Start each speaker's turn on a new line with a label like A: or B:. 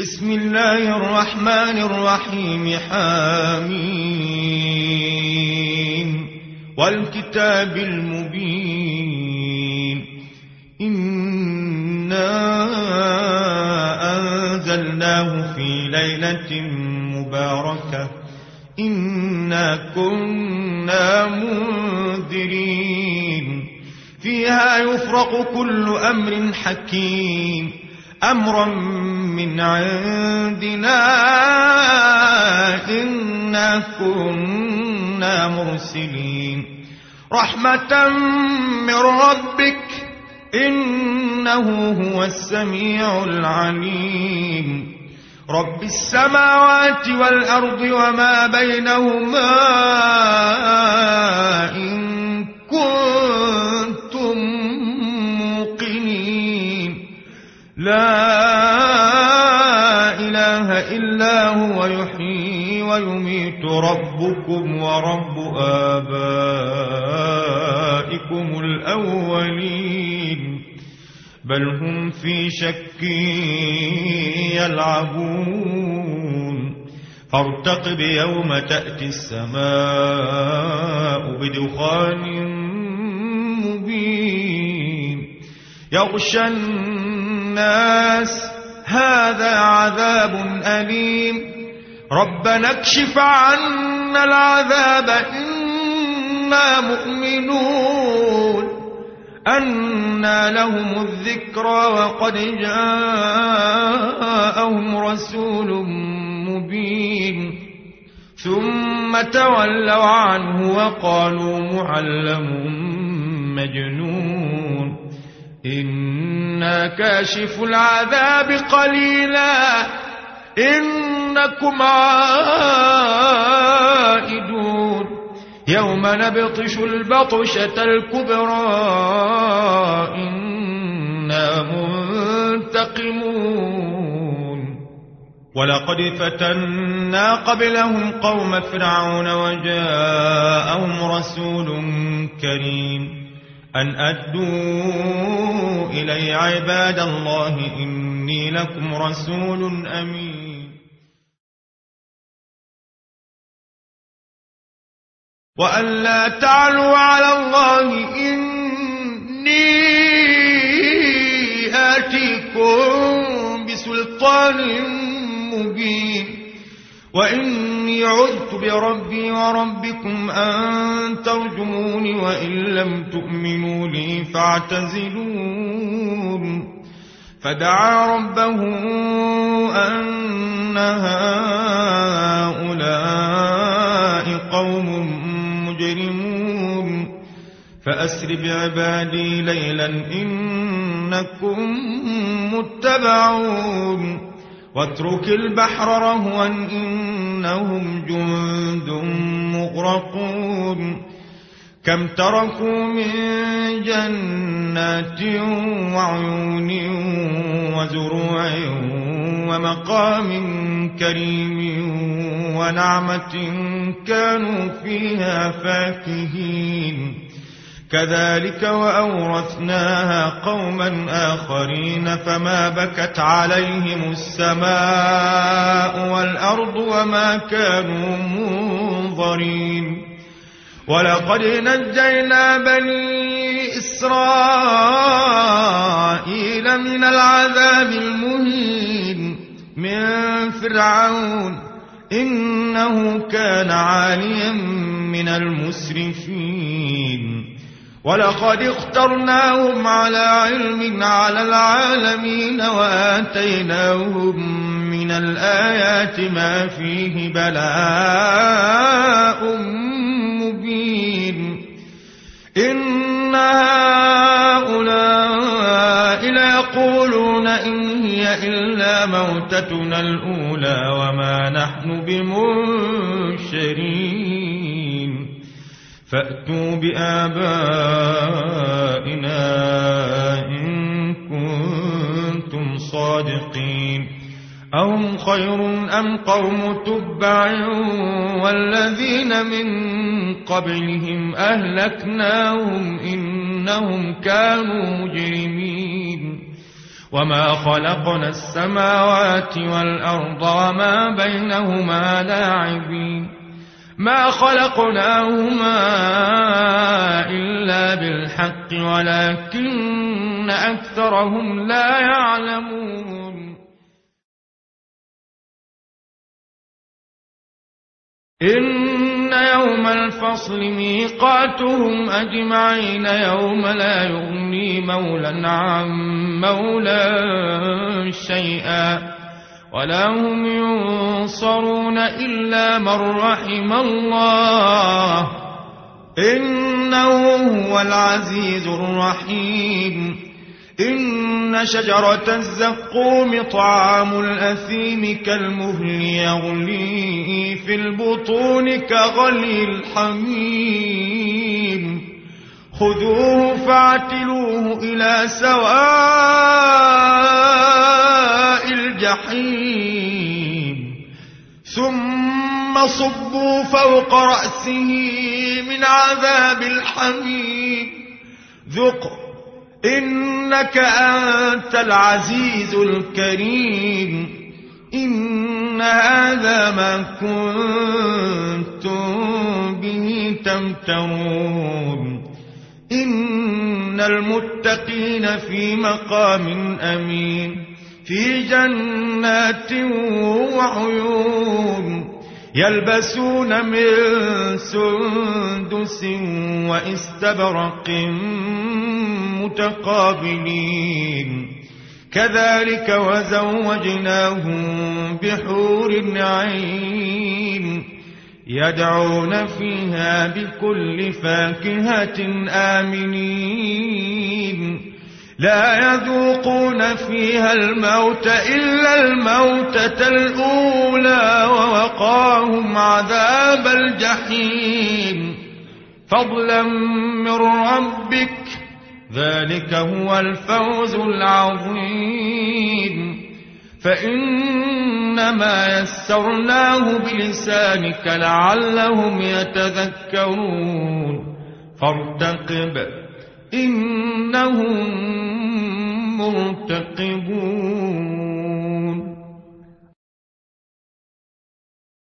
A: بسم الله الرحمن الرحيم حميم والكتاب المبين إنا أنزلناه في ليلة مباركة إنا كنا منذرين فيها يفرق كل أمر حكيم أمرا من عندنا إنا كنا مرسلين رحمة من ربك إنه هو السميع العليم رب السماوات والأرض وما بينهما إن كنتم موقنين لا إله إلا هو يحيي ويميت ربكم ورب آبائكم الأولين بل هم في شك يلعبون فارتقب يوم تأتي السماء بدخان مبين يغشى الناس هذا عذاب أليم ربنا اكشف عنا العذاب إنا مؤمنون أنى لهم الذكرى وقد جاءهم رسول مبين ثم تولوا عنه وقالوا معلم مجنون إنا كاشف العذاب قليلا إنكم عائدون يوم نبطش البطشة الكبرى إنا منتقمون ولقد فتنا قبلهم قوم فرعون وجاءهم رسول كريم أن أدوا إلي عباد الله إني لكم رسول أمين وأن لا تعلوا على الله إني آتيكم بسلطان مبين وإني عذت بربي وربكم أن ترجموني وإن لم تؤمنوا لي فاعتزلون فدعا ربه أن هؤلاء قوم مجرمون فأسر بعبادي ليلا إنكم متبعون واترك البحر رهوا إنهم جند مغرقون كم تركوا من جنات وعيون وزروع ومقام كريم ونعمة كانوا فيها فاكهين كذلك وأورثناها قوما آخرين فما بكت عليهم السماء والأرض وما كانوا منظرين ولقد نجينا بني إسرائيل من العذاب المهين من فرعون إنه كان عاليا من المسرفين ولقد اخترناهم على علم على العالمين وآتيناهم من الآيات ما فيه بلاء مبين إن هؤلاء ليقولون إن هي إلا موتتنا الأولى وما نحن بمنشرين فأتوا بآبائنا إن كنتم صادقين أهم خير أم قوم تبع والذين من قبلهم أهلكناهم إنهم كانوا مجرمين وما خلقنا السماوات والأرض وما بينهما لاعبين ما خلقناهما إلا بالحق ولكن أكثرهم لا يعلمون إن يوم الفصل ميقاتهم أجمعين يوم لا يغني مولى عن مولى شيئا ولا هم ينصرون إلا من رحم الله إنه هو العزيز الرحيم إن شجرة الزقوم طعام الأثيم كالمهل يغلي في البطون كغلي الحميم خذوه فاعتلوه إلى سواء الجحيم ثم صبوا فوق رأسه من عذاب الحميم ذق إنك أنت العزيز الكريم إن هذا ما كنتم به تمترون إن المتقين في مقام أمين في جنات وعيون يلبسون من سندس واستبرق متقابلين كذلك وزوجناهم بحور عين يدعون فيها بكل فاكهة آمنين لا يذوقون فيها الموت إلا الموتة الأولى ووقاهم عذاب الجحيم فضلا من ربك ذلك هو الفوز العظيم فإنما يسرناه بلسانك لعلهم يتذكرون فارتقب إنهم مرتقبون